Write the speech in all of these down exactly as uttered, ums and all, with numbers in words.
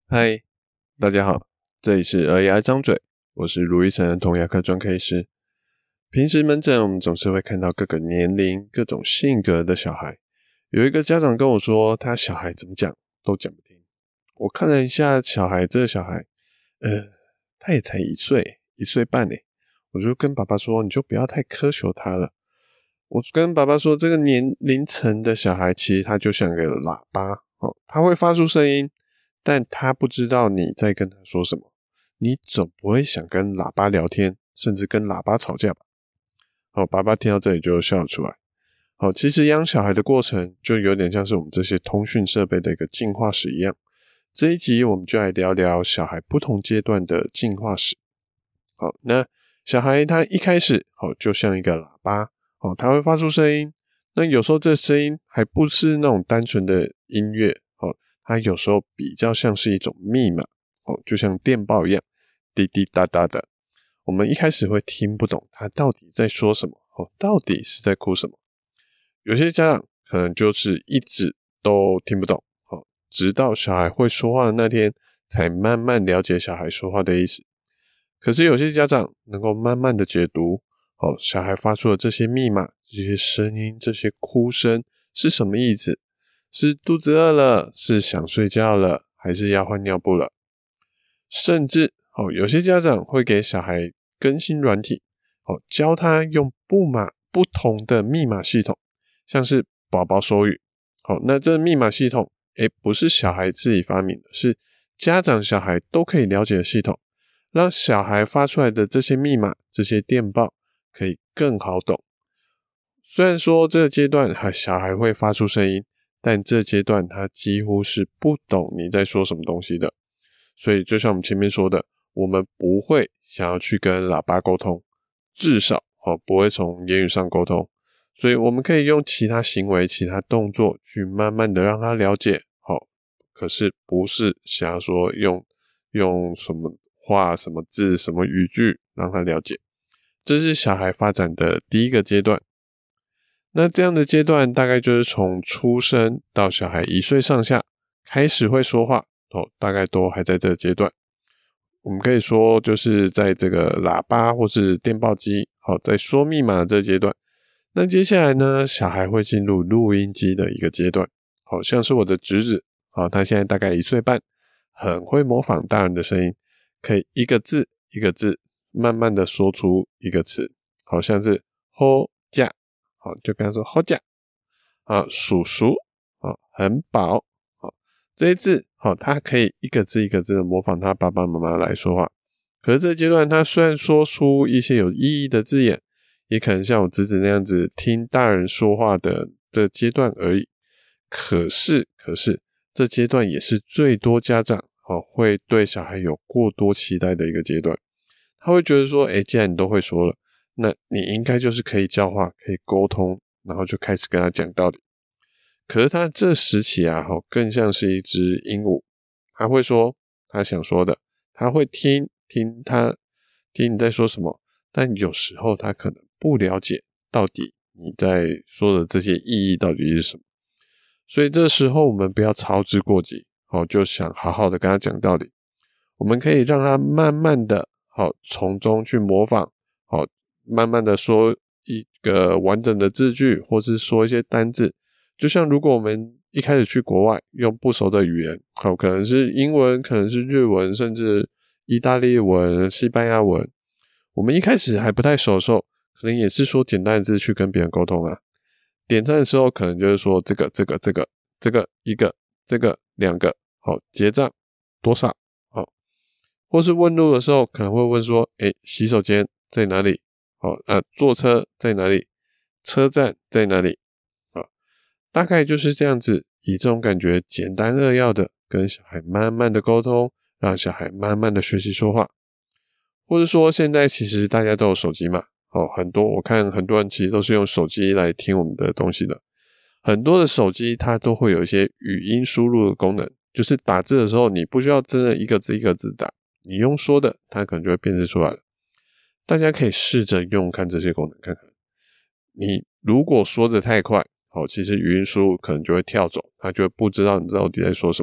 嗨，大家好，这里是儿牙张嘴，我是卢医成童牙科专科医师。平时门诊我们总是会看到各个年龄、各种性格的小孩。有一个家长跟我说，他小孩怎么讲都讲不听。我看了一下小孩，这个小孩，呃，他也才一岁，一岁半诶。我就跟爸爸说，你就不要太苛求他了。我跟爸爸说，这个年龄层的小孩，其实他就像个喇叭哦，他会发出声音，但他不知道你在跟他说什么。你总不会想跟喇叭聊天，甚至跟喇叭吵架吧？好，爸爸听到这里就笑了出来。好，其实养小孩的过程就有点像是我们这些通讯设备的一个进化史一样。这一集我们就来聊聊小孩不同阶段的进化史。好，那小孩他一开始好就像一个喇叭，好，他会发出声音。那有时候这声音还不是那种单纯的音乐，好，它有时候比较像是一种密码，好，就像电报一样，滴滴答答的。我们一开始会听不懂他到底在说什么，哦，到底是在哭什么。有些家长可能就是一直都听不懂，哦，直到小孩会说话的那天，才慢慢了解小孩说话的意思。可是有些家长能够慢慢的解读，哦，小孩发出的这些密码、这些声音、这些哭声是什么意思？是肚子饿了，是想睡觉了，还是要换尿布了？甚至，哦，有些家长会给小孩更新软体，哦，教他用不码不同的密码系统，像是宝宝手语。好，那这密码系统，诶，不是小孩自己发明的，是家长小孩都可以了解的系统，让小孩发出来的这些密码、这些电报可以更好懂。虽然说这个阶段小孩会发出声音，但这阶段他几乎是不懂你在说什么东西的。所以就像我们前面说的，我们不会想要去跟喇叭沟通，至少哦不会从言语上沟通。所以我们可以用其他行为、其他动作去慢慢的让他了解，好，可是不是想要说用用什么话、什么字、什么语句让他了解。这是小孩发展的第一个阶段。那这样的阶段大概就是从出生到小孩一岁上下开始会说话，哦，大概都还在这个阶段。我们可以说就是在这个喇叭或是电报机，好，在说密码的这个阶段。那接下来呢，小孩会进入录音机的一个阶段，好像是我的侄子，好，他现在大概一岁半，很会模仿大人的声音，可以一个字一个字慢慢的说出一个词，好像是好假，好，就跟他说好假，啊，叔叔，啊，很饱，好，这些字，好，他可以一个字一个字的模仿他爸爸妈妈来说话。可是这个阶段，他虽然说出一些有意义的字眼，也可能像我侄子那样子听大人说话的这个阶段而已。可是，可是这阶段也是最多家长哦会对小孩有过多期待的一个阶段。他会觉得说，诶，既然你都会说了，那你应该就是可以教化、可以沟通，然后就开始跟他讲道理。可是他这时期啊，更像是一只鹦鹉，他会说他想说的，他会听听他听你在说什么，但有时候他可能不了解到底你在说的这些意义到底是什么。所以这时候我们不要操之过急，好，就想好好的跟他讲道理。我们可以让他慢慢的，好，从中去模仿，好，慢慢的说一个完整的字句，或是说一些单字。就像如果我们一开始去国外用不熟的语言，好，可能是英文，可能是日文，甚至意大利文、西班牙文，我们一开始还不太熟的时候，可能也是说简单的字去跟别人沟通啊。点餐的时候可能就是说这个这个这个这个一个这个两个，好，结账多少，好，或是问路的时候可能会问说，诶，洗手间在哪里？好，啊，坐车在哪里？车站在哪里？啊，大概就是这样子，以这种感觉简单扼要的跟小孩慢慢的沟通，让小孩慢慢的学习说话。或者说现在其实大家都有手机嘛，哦，很多我看很多人其实都是用手机来听我们的东西的。很多的手机它都会有一些语音输入的功能，就是打字的时候你不需要真的一个字一个字打，你用说的它可能就会辨识出来了。大家可以试着用看这些功能看看。你如果说的太快，好，其实语音输入可能就会跳走，它就会不知道你到底在说什么。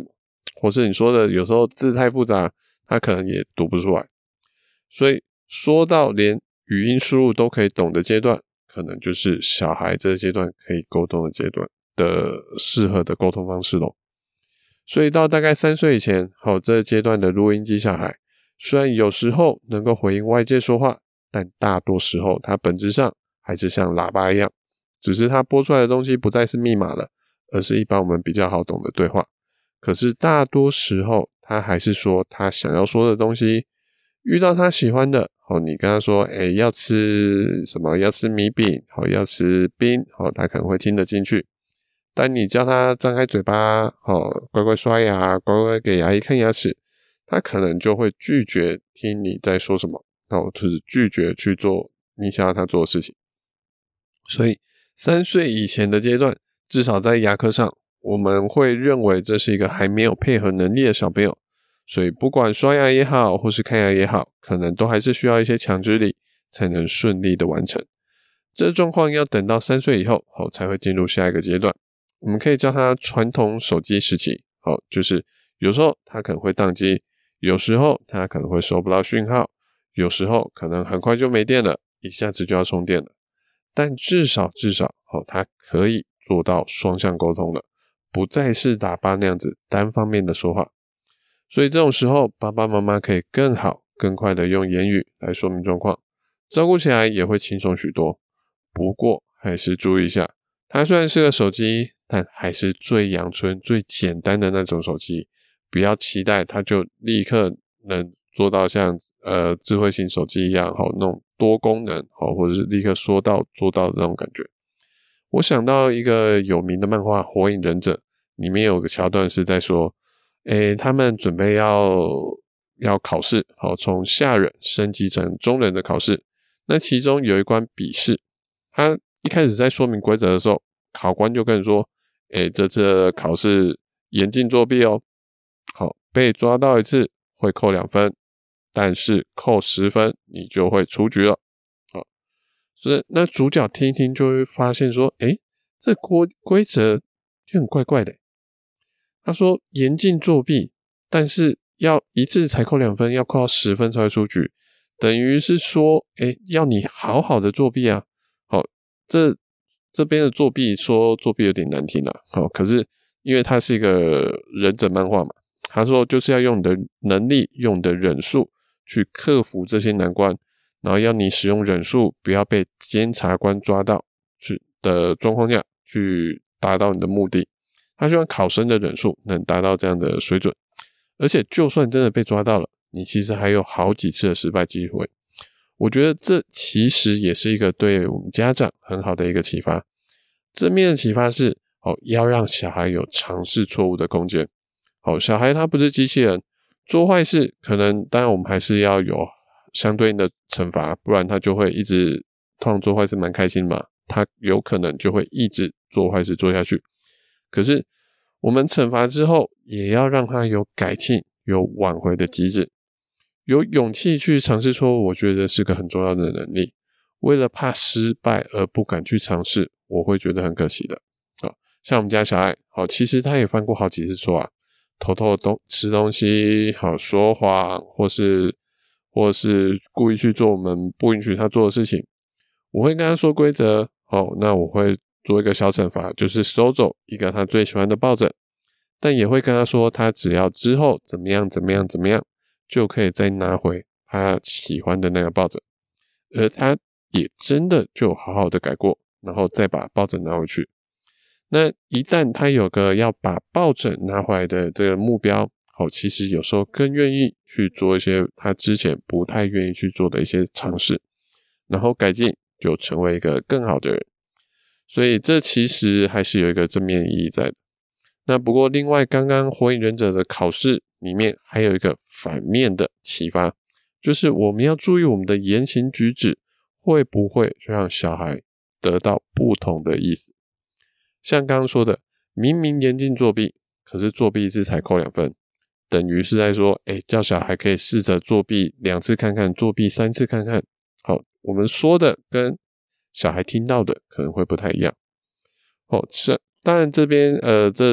或是你说的有时候字太复杂，他可能也读不出来。所以说到连语音输入都可以懂的阶段，可能就是小孩这个阶段可以沟通的阶段的适合的沟通方式咯。所以到大概三岁以前，好，这个阶段的录音机小孩，虽然有时候能够回应外界说话，但大多时候它本质上还是像喇叭一样，只是它播出来的东西不再是密码了，而是一般我们比较好懂的对话。可是大多时候他还是说他想要说的东西，遇到他喜欢的，哦，你跟他说诶要吃什么，要吃米饼，哦，要吃冰，哦，他可能会听得进去。但你叫他张开嘴巴，哦，乖乖刷牙，乖乖给牙医看牙齿，他可能就会拒绝听你在说什么，哦，就是拒绝去做你想要他做的事情。所以三岁以前的阶段，至少在牙科上，我们会认为这是一个还没有配合能力的小朋友，所以不管刷牙也好，或是看牙也好，可能都还是需要一些强制力才能顺利的完成。这状况要等到三岁以后，好，才会进入下一个阶段。我们可以叫它传统手机时期，好，就是有时候它可能会宕机，有时候它可能会收不到讯号，有时候可能很快就没电了，一下子就要充电了。但至少至少，好，它可以做到双向沟通了，不再是喇叭那样子单方面的说话。所以这种时候，爸爸妈妈可以更好、更快的用言语来说明状况，照顾起来也会轻松许多。不过还是注意一下，它虽然是个手机，但还是最阳春、最简单的那种手机，不要期待它就立刻能做到像呃智慧型手机一样，好，那种多功能，好，或者是立刻说到做到的那种感觉。我想到一个有名的漫画《火影忍者》，里面有个桥段是在说，诶，他们准备要要考试，好，从下忍升级成中忍的考试。那其中有一关笔试，他一开始在说明规则的时候，考官就跟你说，诶，这次考试严禁作弊哦。好，被抓到一次会扣两分，但是扣十分你就会出局了。好，所以那主角听一听就会发现说，诶，这规规则就很怪怪的。他说严禁作弊，但是要一次才扣两分，要扣到十分才会出局，等于是说，诶，要你好好的作弊啊。好，这这边的作弊说作弊有点难听啦，好，可是因为它是一个忍者漫画嘛，他说就是要用你的能力，用你的忍术去克服这些难关，然后要你使用忍术，不要被监察官抓到去的状况下去达到你的目的。他希望考生的忍术能达到这样的水准，而且就算真的被抓到了，你其实还有好几次的失败机会。我觉得这其实也是一个对我们家长很好的一个启发。正面的启发是，哦，要让小孩有尝试错误的空间。好，小孩他不是机器人，做坏事可能当然我们还是要有相对应的惩罚，不然他就会一直通常做坏事蛮开心嘛，他有可能就会一直做坏事做下去。可是我们惩罚之后，也要让他有改进、有挽回的机制，有勇气去尝试错误，我觉得是个很重要的能力。为了怕失败而不敢去尝试，我会觉得很可惜的。好，像我们家小爱，好，其实他也犯过好几次错啊，偷偷东吃东西，好，说谎，或是或是故意去做我们不允许他做的事情。我会跟他说规则，好，那我会做一个小惩罚，就是收走一个他最喜欢的抱枕，但也会跟他说，他只要之后怎么样怎么样怎么样，就可以再拿回他喜欢的那个抱枕，而他也真的就好好的改过，然后再把抱枕拿回去。那一旦他有个要把抱枕拿回来的这个目标，好，其实有时候更愿意去做一些他之前不太愿意去做的一些尝试，然后改进，就成为一个更好的人。所以这其实还是有一个正面意义在的。那不过另外刚刚火影忍者的考试里面还有一个反面的启发，就是我们要注意我们的言行举止会不会让小孩得到不同的意思。像刚刚说的，明明严禁作弊，可是作弊一次才扣两分，等于是在说，诶，叫小孩可以试着作弊两次看看，作弊三次看看。好，我们说的跟小孩听到的可能会不太一样。哦，是，当然这边呃，这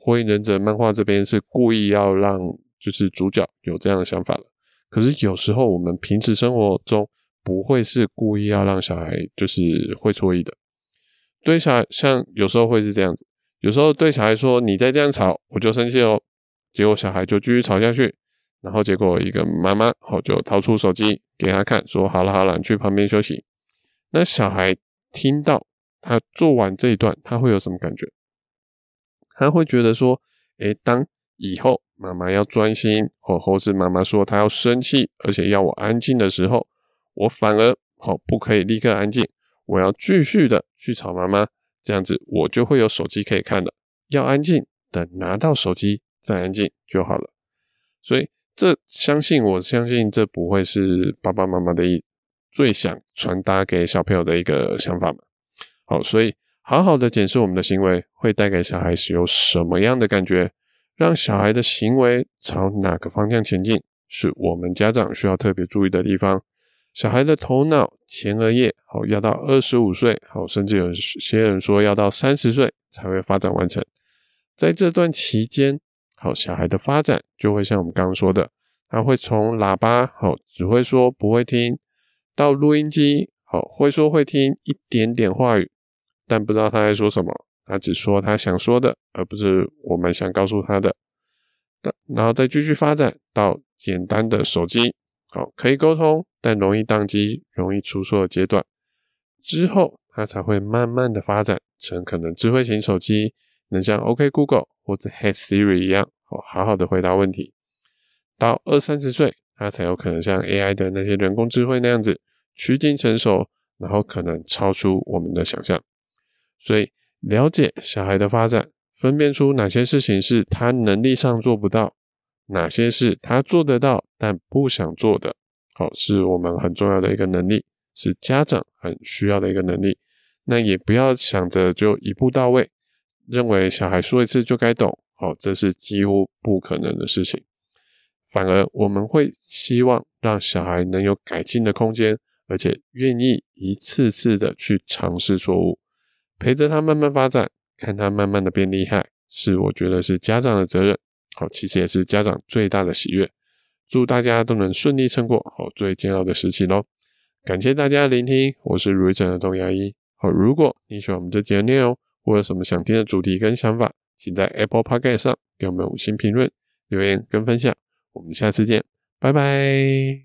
火影忍者漫画这边是故意要让就是主角有这样的想法了，可是有时候我们平时生活中不会是故意要让小孩就是会错意的。对小孩，像有时候会是这样子，有时候对小孩说你再这样吵我就生气哦，结果小孩就继续吵下去，然后结果一个妈妈就掏出手机给他看，说好了好了，你去旁边休息。那小孩听到他做完这一段，他会有什么感觉？他会觉得说，诶，当以后妈妈要专心，或或是妈妈说她要生气，而且要我安静的时候，我反而好不可以立刻安静，我要继续的去吵妈妈，这样子我就会有手机可以看了。要安静，等拿到手机再安静就好了。所以这相信我相信这不会是爸爸妈妈的一最想传达给小朋友的一个想法嘛。好，所以好好的检视我们的行为会带给小孩有什么样的感觉，让小孩的行为朝哪个方向前进，是我们家长需要特别注意的地方。小孩的头脑前额叶好要到二十五岁，好甚至有些人说要到三十岁才会发展完成。在这段期间，好小孩的发展就会像我们刚刚说的，他会从喇叭好只会说不会听，到录音机好会说会听一点点话语，但不知道他在说什么，他只说他想说的，而不是我们想告诉他的。然后再继续发展到简单的手机，好可以沟通，但容易宕机、容易出错的阶段。之后他才会慢慢的发展成可能智慧型手机能像 OK Google 或者 Hey Siri 一样，好好的回答问题。到二三十岁，他才有可能像 A I 的那些人工智慧那样子趋近成熟，然后可能超出我们的想象。所以了解小孩的发展，分辨出哪些事情是他能力上做不到，哪些是他做得到但不想做的，好，是我们很重要的一个能力，是家长很需要的一个能力。那也不要想着就一步到位，认为小孩说一次就该懂，好，这是几乎不可能的事情。反而我们会希望让小孩能有改进的空间，而且愿意一次次的去尝试错误，陪着他慢慢发展，看他慢慢的变厉害，是我觉得是家长的责任，好，其实也是家长最大的喜悦。祝大家都能顺利撑过好最煎熬的时期咯。感谢大家的聆听，我是如意诊的童牙医。好，如果你喜欢我们这集的内容，或有什么想听的主题跟想法，请在 Apple Podcast 上给我们五星评论、留言跟分享。我们下次见，拜拜。